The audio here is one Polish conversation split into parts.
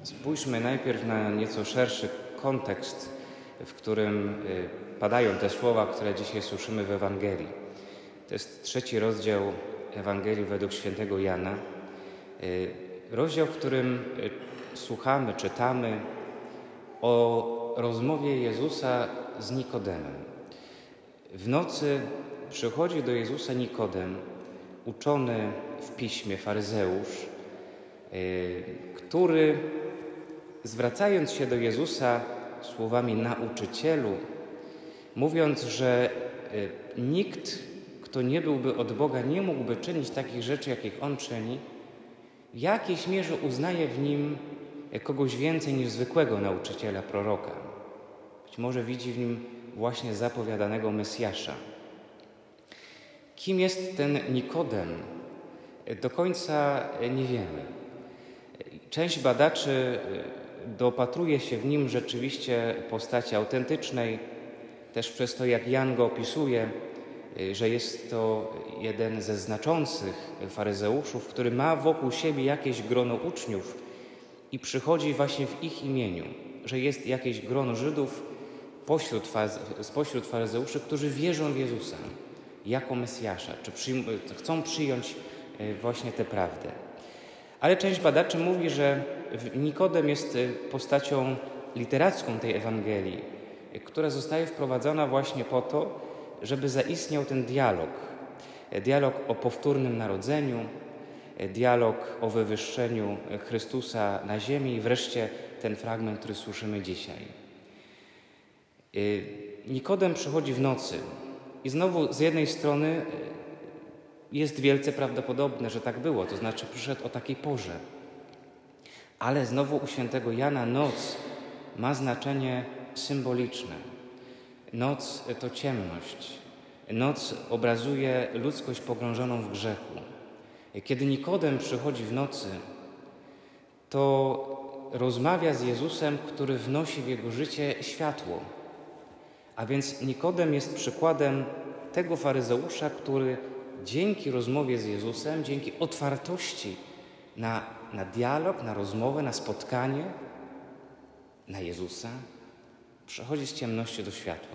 Spójrzmy najpierw na nieco szerszy kontekst, w którym padają te słowa, które dzisiaj słyszymy w Ewangelii. To jest 3 rozdział Ewangelii według świętego Jana. Rozdział, w którym słuchamy, czytamy o rozmowie Jezusa z Nikodemem. W nocy przychodzi do Jezusa Nikodem, uczony w piśmie faryzeusz, który, zwracając się do Jezusa słowami nauczycielu, mówiąc, że nikt, kto nie byłby od Boga, nie mógłby czynić takich rzeczy, jakich on czyni, w jakiejś mierze uznaje w nim kogoś więcej niż zwykłego nauczyciela, proroka. Być może widzi w nim właśnie zapowiadanego Mesjasza. Kim jest ten Nikodem? Do końca nie wiemy. Część badaczy dopatruje się w nim rzeczywiście postaci autentycznej, też przez to, jak Jan go opisuje, że jest to jeden ze znaczących faryzeuszów, który ma wokół siebie jakieś grono uczniów i przychodzi właśnie w ich imieniu, że jest jakieś grono Żydów spośród faryzeuszy, którzy wierzą w Jezusa jako Mesjasza, czy chcą przyjąć właśnie tę prawdę. Ale część badaczy mówi, że Nikodem jest postacią literacką tej Ewangelii, która zostaje wprowadzona właśnie po to, żeby zaistniał ten dialog. Dialog o powtórnym narodzeniu, dialog o wywyższeniu Chrystusa na ziemi i wreszcie ten fragment, który słyszymy dzisiaj. Nikodem przychodzi w nocy i znowu z jednej strony jest wielce prawdopodobne, że tak było, to znaczy przyszedł o takiej porze. Ale znowu u świętego Jana noc ma znaczenie symboliczne. Noc to ciemność. Noc obrazuje ludzkość pogrążoną w grzechu. Kiedy Nikodem przychodzi w nocy, to rozmawia z Jezusem, który wnosi w jego życie światło. A więc Nikodem jest przykładem tego faryzeusza, który dzięki rozmowie z Jezusem, dzięki otwartości na dialog, na rozmowę, na spotkanie, na Jezusa, przechodzi z ciemności do światła.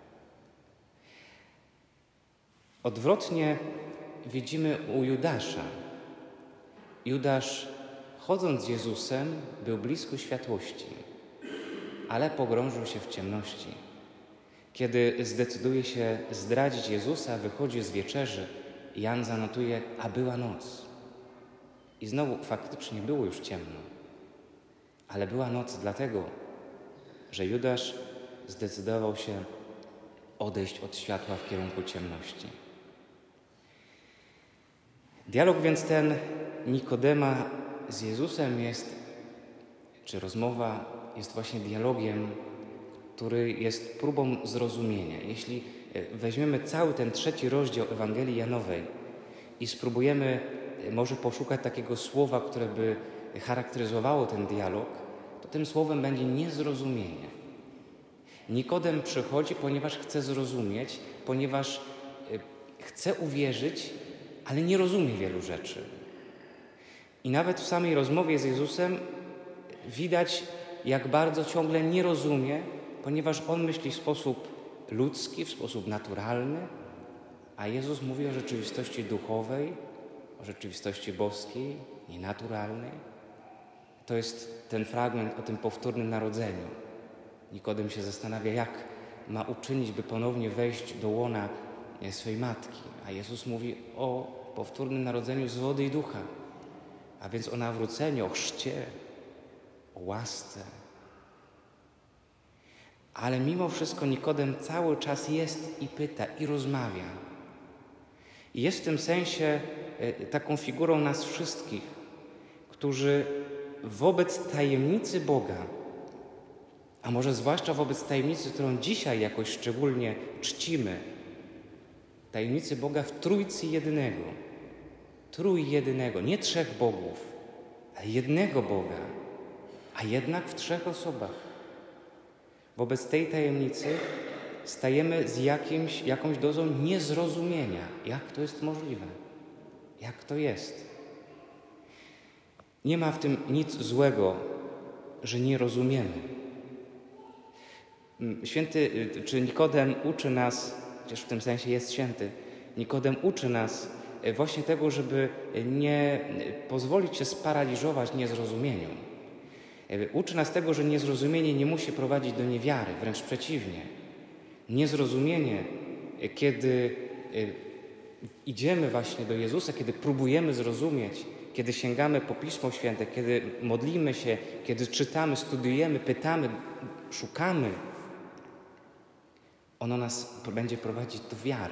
Odwrotnie widzimy u Judasza. Judasz, chodząc z Jezusem, był blisko światłości, ale pogrążył się w ciemności. Kiedy zdecyduje się zdradzić Jezusa, wychodzi z wieczerzy, Jan zanotuje, a była noc. I znowu faktycznie było już ciemno. Ale była noc dlatego, że Judasz zdecydował się odejść od światła w kierunku ciemności. Dialog więc ten Nikodema z Jezusem czy rozmowa jest właśnie dialogiem, który jest próbą zrozumienia. Jeśli weźmiemy cały ten 3 rozdział Ewangelii Janowej i spróbujemy może poszukać takiego słowa, które by charakteryzowało ten dialog, to tym słowem będzie niezrozumienie. Nikodem przychodzi, ponieważ chce zrozumieć, ponieważ chce uwierzyć, ale nie rozumie wielu rzeczy. I nawet w samej rozmowie z Jezusem widać, jak bardzo ciągle nie rozumie, ponieważ on myśli w sposób ludzki, w sposób naturalny, a Jezus mówi o rzeczywistości duchowej, o rzeczywistości boskiej, nienaturalnej. To jest ten fragment o tym powtórnym narodzeniu. Nikodem się zastanawia, jak ma uczynić, by ponownie wejść do łona swej matki. A Jezus mówi o powtórnym narodzeniu z wody i ducha. A więc o nawróceniu, o chrzcie, o łasce. Ale mimo wszystko Nikodem cały czas jest i pyta, i rozmawia. I jest w tym sensie taką figurą nas wszystkich, którzy wobec tajemnicy Boga, a może zwłaszcza wobec tajemnicy, którą dzisiaj jakoś szczególnie czcimy, tajemnicy Boga w Trójcy Jedynego, Trójjedynego, nie 3 bogów, ale jednego Boga, a jednak w 3 osobach. Wobec tej tajemnicy stajemy z jakąś dozą niezrozumienia. Jak to jest możliwe? Jak to jest? Nie ma w tym nic złego, że nie rozumiemy. Czy Nikodem uczy nas, chociaż w tym sensie jest święty, Nikodem uczy nas właśnie tego, żeby nie pozwolić się sparaliżować niezrozumieniu. Uczy nas tego, że niezrozumienie nie musi prowadzić do niewiary, wręcz przeciwnie. Niezrozumienie, kiedy idziemy właśnie do Jezusa, kiedy próbujemy zrozumieć, kiedy sięgamy po Pismo Święte, kiedy modlimy się, kiedy czytamy, studiujemy, pytamy, szukamy, ono nas będzie prowadzić do wiary,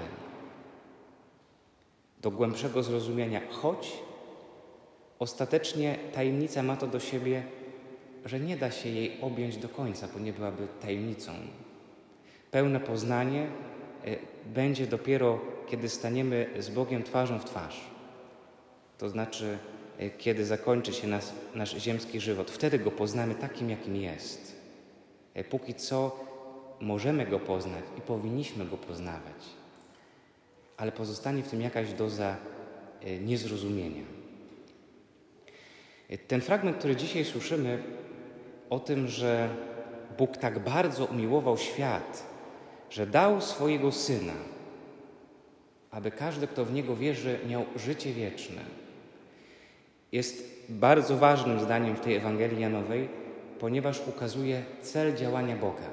do głębszego zrozumienia, choć ostatecznie tajemnica ma to do siebie, że nie da się jej objąć do końca, bo nie byłaby tajemnicą. Pełne poznanie będzie dopiero, kiedy staniemy z Bogiem twarzą w twarz. To znaczy, kiedy zakończy się nasz ziemski żywot. Wtedy Go poznamy takim, jakim jest. Póki co możemy Go poznać i powinniśmy Go poznawać. Ale pozostanie w tym jakaś doza niezrozumienia. Ten fragment, który dzisiaj słyszymy o tym, że Bóg tak bardzo umiłował świat, że dał swojego Syna, aby każdy, kto w Niego wierzy, miał życie wieczne, jest bardzo ważnym zdaniem w tej Ewangelii Janowej, ponieważ ukazuje cel działania Boga.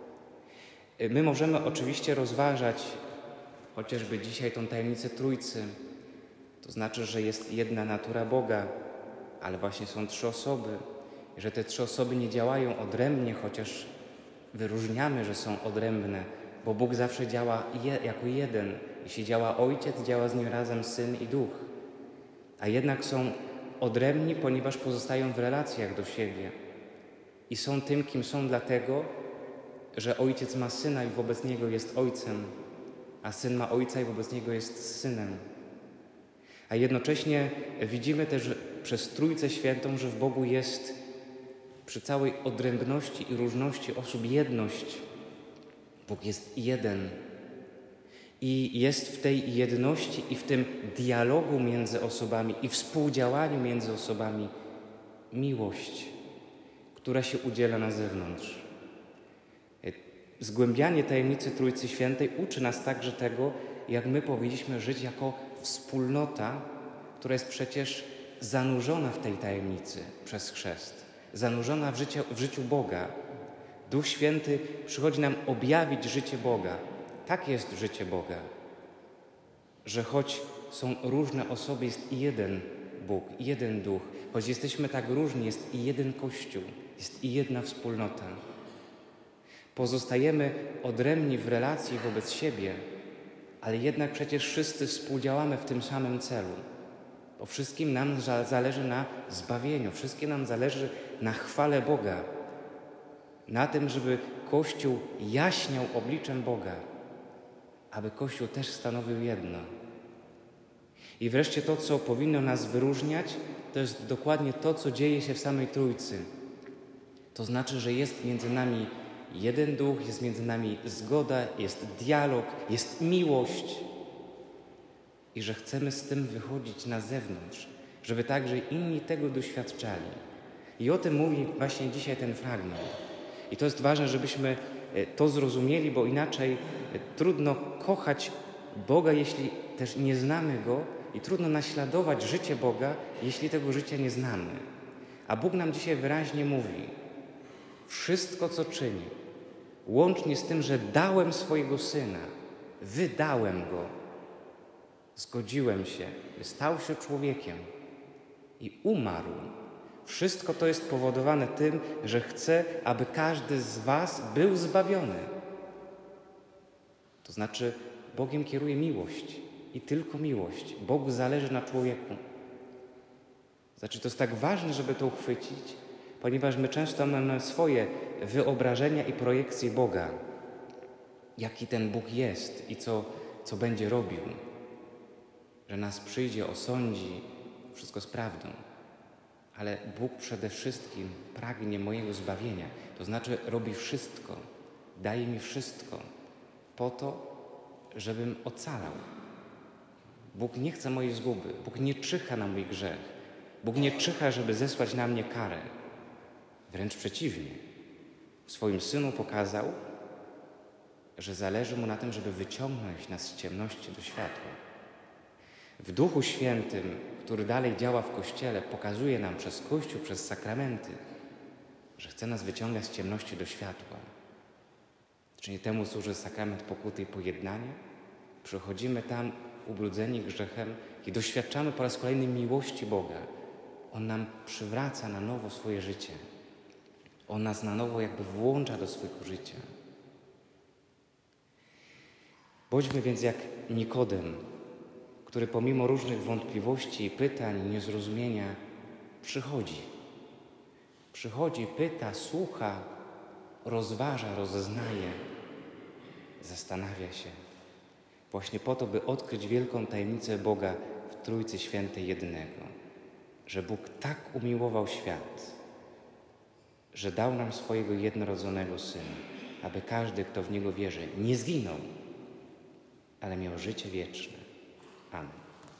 My możemy oczywiście rozważać chociażby dzisiaj tą tajemnicę Trójcy, to znaczy, że jest jedna natura Boga, ale właśnie są trzy osoby, że te trzy osoby nie działają odrębnie, chociaż wyróżniamy, że są odrębne, bo Bóg zawsze działa jako jeden. Jeśli działa Ojciec, działa z Nim razem Syn i Duch. A jednak są odrębni, ponieważ pozostają w relacjach do siebie. I są tym, kim są dlatego, że Ojciec ma Syna i wobec Niego jest Ojcem, a Syn ma Ojca i wobec Niego jest Synem. A jednocześnie widzimy też przez Trójcę Świętą, że w Bogu jest przy całej odrębności i różności osób jedność. Bóg jest jeden. I jest w tej jedności i w tym dialogu między osobami i współdziałaniu między osobami miłość, która się udziela na zewnątrz. Zgłębianie tajemnicy Trójcy Świętej uczy nas także tego, jak my powinniśmy żyć jako wspólnota, która jest przecież zanurzona w tej tajemnicy przez chrzest, zanurzona w życiu Boga. Duch Święty przychodzi nam objawić życie Boga. Tak jest życie Boga, że choć są różne osoby, jest i jeden Bóg, i jeden Duch. Choć jesteśmy tak różni, jest i jeden Kościół, jest i jedna wspólnota. Pozostajemy odrębni w relacji wobec siebie, ale jednak przecież wszyscy współdziałamy w tym samym celu. Bo wszystkim nam zależy na zbawieniu, wszystkim nam zależy na chwale Boga, na tym, żeby Kościół jaśniał obliczem Boga, aby Kościół też stanowił jedno. I wreszcie to, co powinno nas wyróżniać, to jest dokładnie to, co dzieje się w samej Trójcy. To znaczy, że jest między nami jeden Duch, jest między nami zgoda, jest dialog, jest miłość i że chcemy z tym wychodzić na zewnątrz, żeby także inni tego doświadczali. I o tym mówi właśnie dzisiaj ten fragment. I to jest ważne, żebyśmy to zrozumieli, bo inaczej trudno kochać Boga, jeśli też nie znamy Go, i trudno naśladować życie Boga, jeśli tego życia nie znamy. A Bóg nam dzisiaj wyraźnie mówi: wszystko, co czyni, łącznie z tym, że dałem swojego Syna, wydałem Go, zgodziłem się, stał się człowiekiem i umarł. Wszystko to jest powodowane tym, że chcę, aby każdy z was był zbawiony. To znaczy, Bogiem kieruje miłość i tylko miłość. Bogu zależy na człowieku. Znaczy, to jest tak ważne, żeby to uchwycić, ponieważ my często mamy swoje wyobrażenia i projekcje Boga. Jaki ten Bóg jest i co będzie robił. Że nas przyjdzie, osądzi, wszystko z prawdą. Ale Bóg przede wszystkim pragnie mojego zbawienia. To znaczy robi wszystko, daje mi wszystko po to, żebym ocalał. Bóg nie chce mojej zguby. Bóg nie czyha na mój grzech. Bóg nie czyha, żeby zesłać na mnie karę. Wręcz przeciwnie. W swoim Synu pokazał, że zależy Mu na tym, żeby wyciągnąć nas z ciemności do światła. W Duchu Świętym, który dalej działa w Kościele, pokazuje nam przez Kościół, przez sakramenty, że chce nas wyciągać z ciemności do światła. Czyli temu służy sakrament pokuty i pojednania. Przychodzimy tam ubrudzeni grzechem i doświadczamy po raz kolejny miłości Boga. On nam przywraca na nowo swoje życie. On nas na nowo jakby włącza do swojego życia. Bądźmy więc jak Nikodem, który pomimo różnych wątpliwości, pytań, niezrozumienia przychodzi, pyta, słucha, rozważa, rozeznaje, zastanawia się. Właśnie po to, by odkryć wielką tajemnicę Boga w Trójcy Świętej jednego. Że Bóg tak umiłował świat, że dał nam swojego jednorodzonego Syna, aby każdy, kto w Niego wierzy, nie zginął, ale miał życie wieczne. Amen.